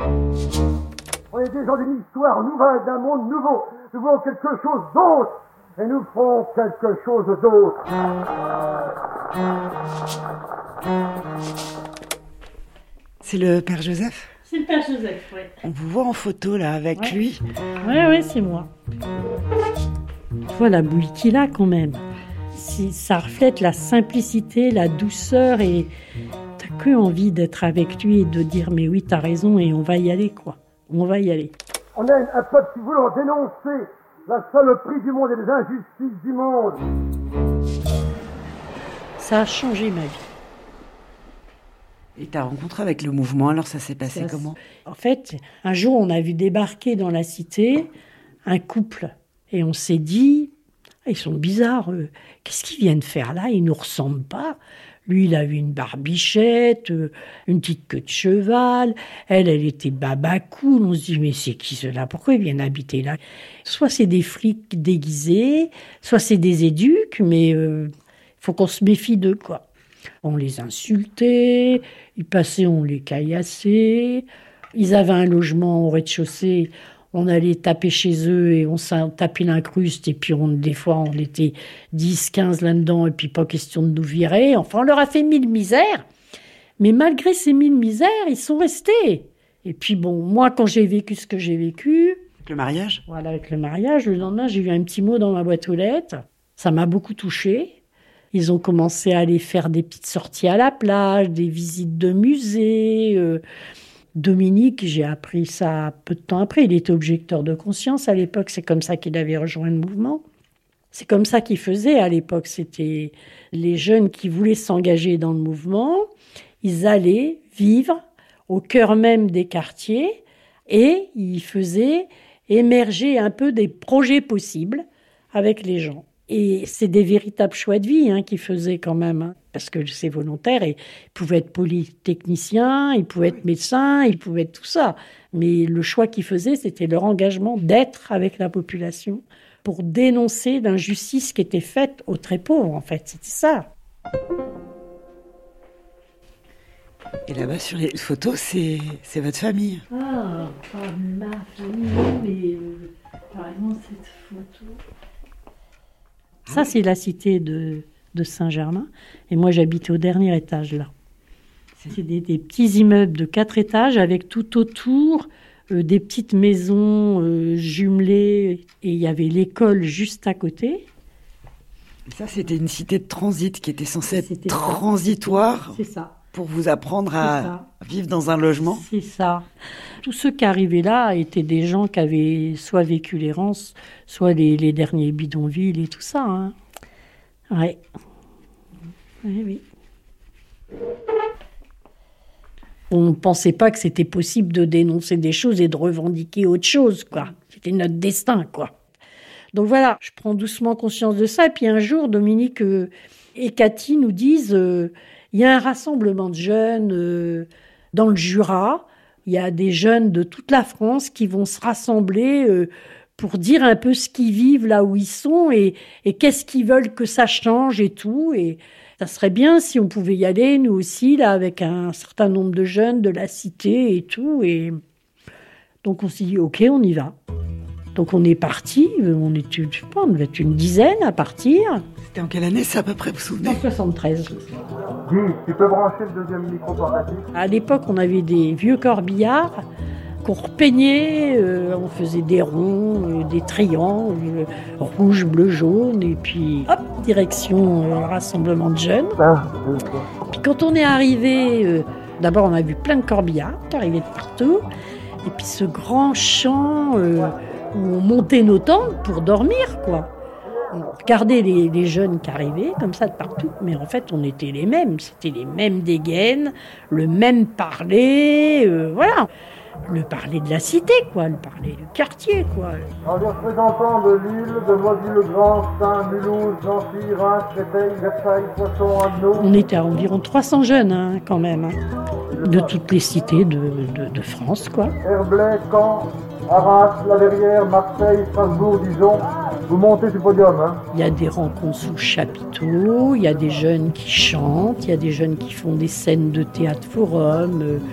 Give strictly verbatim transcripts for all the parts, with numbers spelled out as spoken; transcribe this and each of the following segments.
On est des gens d'une histoire nouvelle, d'un monde nouveau. Nous voulons quelque chose d'autre. Et nous ferons quelque chose d'autre. C'est le Père Joseph ? C'est le Père Joseph, oui. On vous voit en photo, là, avec ouais. lui. Oui, oui, c'est moi. Tu vois la bouille qu'il a, quand même. Si, ça reflète la simplicité, la douceur, et t'as que envie d'être avec lui et de dire « mais oui, t'as raison, et on va y aller, quoi. On va y aller. » On est un peuple qui voulons dénoncer la saloperie du monde et les injustices du monde. Ça a changé ma vie. Et ta rencontre avec le mouvement, alors ça s'est passé ça, comment ? En fait, un jour, on a vu débarquer dans la cité un couple. Et on s'est dit, ils sont bizarres, eux. Qu'est-ce qu'ils viennent faire là ? Ils ne nous ressemblent pas. Lui, il avait une barbichette, une petite queue de cheval. Elle, elle était babacool. On se dit, mais c'est qui ceux-là ? Pourquoi ils viennent habiter là ? Soit c'est des flics déguisés, soit c'est des éduques, mais il euh, faut qu'on se méfie d'eux, quoi. On les insultait, ils passaient, on les caillassait. Ils avaient un logement au rez-de-chaussée. On allait taper chez eux et on s'en tapait l'incruste. Et puis, on, des fois, on était dix, quinze là-dedans. Et puis, pas question de nous virer. Enfin, on leur a fait mille misères. Mais malgré ces mille misères, ils sont restés. Et puis, bon, moi, quand j'ai vécu ce que j'ai vécu... Avec le mariage ? Voilà, avec le mariage. Le lendemain, j'ai eu un petit mot dans ma boîte aux lettres. Ça m'a beaucoup touchée. Ils ont commencé à aller faire des petites sorties à la plage, des visites de musées... Euh, Dominique, j'ai appris ça peu de temps après, il était objecteur de conscience à l'époque, c'est comme ça qu'il avait rejoint le mouvement. C'est comme ça qu'il faisait à l'époque, c'était les jeunes qui voulaient s'engager dans le mouvement, ils allaient vivre au cœur même des quartiers et ils faisaient émerger un peu des projets possibles avec les gens. Et c'est des véritables choix de vie hein, qu'ils faisaient quand même, hein, parce que c'est volontaire. Et ils pouvaient être polytechniciens, ils pouvaient être médecins, ils pouvaient être tout ça. Mais le choix qu'ils faisaient, c'était leur engagement d'être avec la population pour dénoncer l'injustice qui était faite aux très pauvres, en fait. C'était ça. Et là-bas, sur les photos, c'est, c'est votre famille. Ah, pas ma famille, mais euh, par exemple, cette photo... Ça, c'est la cité de, de Saint-Germain. Et moi, j'habitais au dernier étage, là. C'est des, des petits immeubles de quatre étages avec tout autour euh, des petites maisons euh, jumelées. Et il y avait l'école juste à côté. Ça, c'était une cité de transit qui était censée être c'était transitoire. Ça. C'est ça. Pour vous apprendre à vivre dans un logement. C'est ça. Tous ceux qui arrivaient là étaient des gens qui avaient soit vécu l'errance, soit les, les derniers bidonvilles et tout ça. Hein. Ouais. Oui, oui. On ne pensait pas que c'était possible de dénoncer des choses et de revendiquer autre chose, quoi. C'était notre destin, quoi. Donc voilà, je prends doucement conscience de ça. Et puis un jour, Dominique euh, et Cathy nous disent... Euh, il y a un rassemblement de jeunes euh, dans le Jura. Il y a des jeunes de toute la France qui vont se rassembler euh, pour dire un peu ce qu'ils vivent là où ils sont et, et qu'est-ce qu'ils veulent que ça change et tout. Et ça serait bien si on pouvait y aller, nous aussi, là, avec un certain nombre de jeunes de la cité et tout. Et donc on s'est dit, OK, on y va. Donc on est partis, on était, je sais pas, on devait être une dizaine à partir. C'était en quelle année, ça, à peu près, vous vous souvenez ? En soixante-treize. Dis, tu peux brancher le deuxième micro portatif ? À l'époque, on avait des vieux corbillards qu'on repeignait, euh, on faisait des ronds, euh, des triangles, euh, rouge, bleu, jaune, et puis hop, direction euh, rassemblement de jeunes. Ah, puis quand on est arrivé, euh, d'abord on a vu plein de corbillards qui arrivaient de partout, et puis ce grand champ euh, où on montait nos tentes pour dormir, quoi. On regardait les, les jeunes qui arrivaient comme ça de partout, mais en fait on était les mêmes, c'était les mêmes dégaines, le même parler, euh, voilà, le parler de la cité, quoi, le parler du quartier, quoi. En les représentants de Lille, de Noisy-le-Grand, Saint, Mulhouse, Nancy, Reims, Créteil, Versailles, Poisson, Anneau. On était à environ trois cents jeunes, hein, quand même, hein, de toutes les cités de, de, de France, quoi. Herblay, Caen, Arras, La Verrière, Marseille, Strasbourg, Dijon. Vous montez du podium, hein. Il y a des rencontres sous le chapiteau, il y a des jeunes qui chantent, il y a des jeunes qui font des scènes de théâtre forum, euh,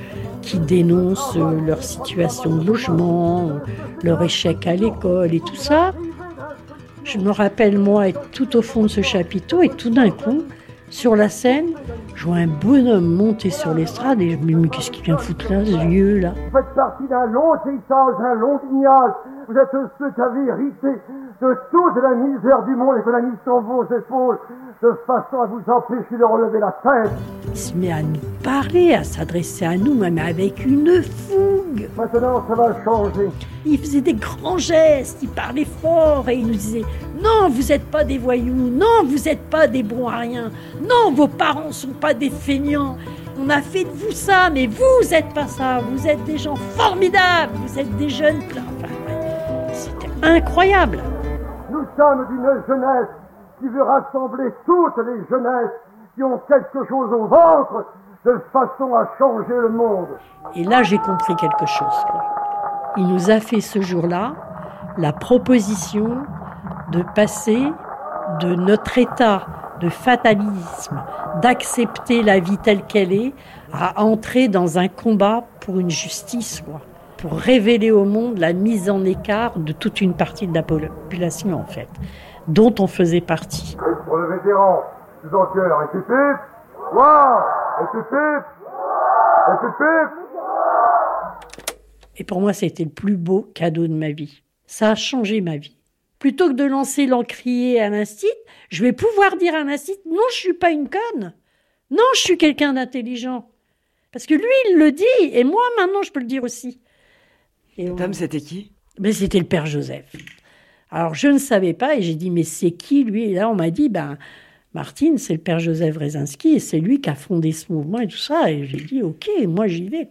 qui dénoncent euh, leur situation de logement, euh, leur échec à l'école et tout ça. Je me rappelle, moi, être tout au fond de ce chapiteau et tout d'un coup, sur la scène, je vois un bonhomme monter sur l'estrade et je me dis, mais qu'est-ce qu'il vient foutre là, ce vieux, là ? Vous faites partie d'un long héritage, d'un long lignage. Vous êtes ceux qui avez hérité de toute la misère du monde et que la mise sur vos épaules de façon à vous empêcher de relever la tête. Il se met à nous parler, à s'adresser à nous, mais avec une fougue. Maintenant, ça va changer. Il faisait des grands gestes, il parlait fort et il nous disait « Non, vous n'êtes pas des voyous, non, vous n'êtes pas des bons à rien, non, vos parents ne sont pas des feignants. On a fait de vous ça, mais vous n'êtes pas ça, vous êtes des gens formidables, vous êtes des jeunes pleins. » Enfin, ouais, c'était incroyable. Nous sommes d'une jeunesse qui veut rassembler toutes les jeunesses qui ont quelque chose au ventre de façon à changer le monde. Et là, j'ai compris quelque chose, quoi. Il nous a fait ce jour-là la proposition de passer de notre état de fatalisme, d'accepter la vie telle qu'elle est, à entrer dans un combat pour une justice, quoi, pour révéler au monde la mise en écart de toute une partie de la population, en fait, dont on faisait partie. Et pour le vétéran, tout en cœur, et pipip, waouh, et pipip, et pipip. Et pour moi, c'était le plus beau cadeau de ma vie. Ça a changé ma vie. Plutôt que de lancer l'encrier à l'instit, je vais pouvoir dire à l'instit, non, je suis pas une conne. Non, je suis quelqu'un d'intelligent. Parce que lui, il le dit, et moi, maintenant, je peux le dire aussi. Et Cet on... homme, c'était qui ? Ben, c'était le père Joseph. Alors, je ne savais pas, et j'ai dit, mais c'est qui, lui ? Et là, on m'a dit, ben, Martine, c'est le père Joseph Wresinski, et c'est lui qui a fondé ce mouvement et tout ça. Et j'ai dit, ok, moi, j'y vais.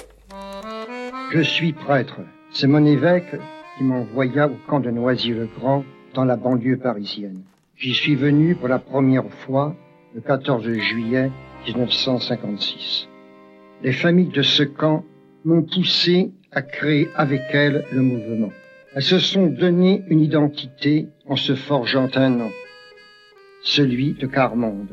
Je suis prêtre. C'est mon évêque qui m'envoya au camp de Noisy-le-Grand, dans la banlieue parisienne. J'y suis venu pour la première fois le quatorze juillet mille neuf cent cinquante-six. Les familles de ce camp m'ont poussé à créer avec elles le mouvement. Elles se sont donné une identité en se forgeant un nom, celui de Carmonde.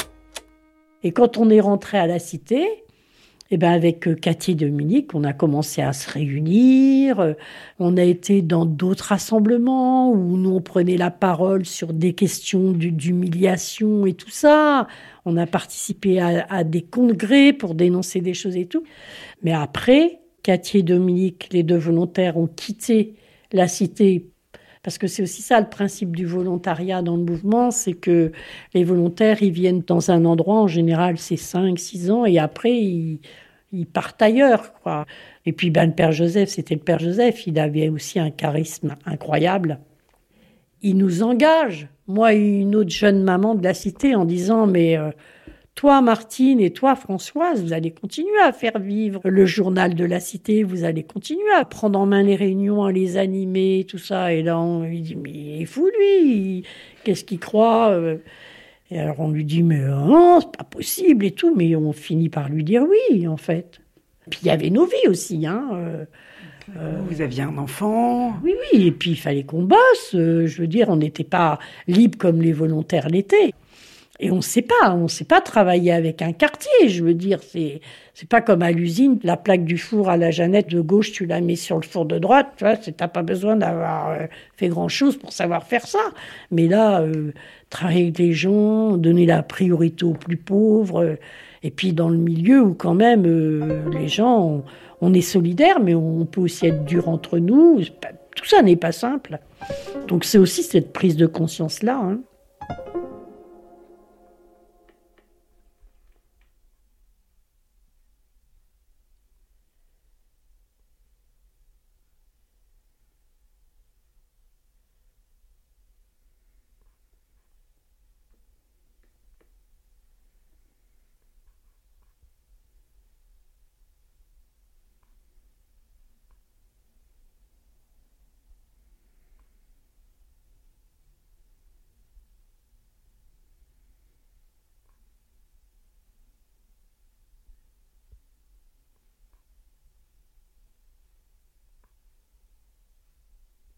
Et quand on est rentré à la Cité, eh ben avec Cathy et Dominique, on a commencé à se réunir. On a été dans d'autres rassemblements où nous, on prenait la parole sur des questions d'humiliation et tout ça. On a participé à, à des congrès pour dénoncer des choses et tout. Mais après, Cathy et Dominique, les deux volontaires, ont quitté la Cité. Parce que c'est aussi ça le principe du volontariat dans le mouvement, c'est que les volontaires, ils viennent dans un endroit, en général c'est cinq six ans, et après ils, ils partent ailleurs, quoi. Et puis ben, le père Joseph, c'était le père Joseph, il avait aussi un charisme incroyable. Il nous engage, moi et une autre jeune maman de la Cité, en disant « mais euh, toi Martine et toi Françoise, vous allez continuer à faire vivre le journal de la Cité, vous allez continuer à prendre en main les réunions, à les animer, tout ça. » Et là, on lui dit « mais il est fou lui, qu'est-ce qu'il croit ?» Et alors on lui dit « mais non, c'est pas possible et tout », mais on finit par lui dire oui, en fait. Puis il y avait nos vies aussi, hein. Euh, euh, vous aviez un enfant. Oui, oui, et puis il fallait qu'on bosse. Euh, je veux dire, on n'était pas libre comme les volontaires l'étaient. Et on ne sait pas, on ne sait pas travailler avec un quartier, je veux dire, c'est, c'est pas comme à l'usine, la plaque du four à la Jeannette de gauche, tu la mets sur le four de droite, tu vois, t'as pas besoin d'avoir euh, fait grand-chose pour savoir faire ça. Mais là, euh, travailler avec les gens, donner la priorité aux plus pauvres, euh, et puis dans le milieu où quand même, euh, les gens, on, on est solidaires, mais on peut aussi être dur entre nous, tout ça n'est pas simple. Donc c'est aussi cette prise de conscience-là, hein.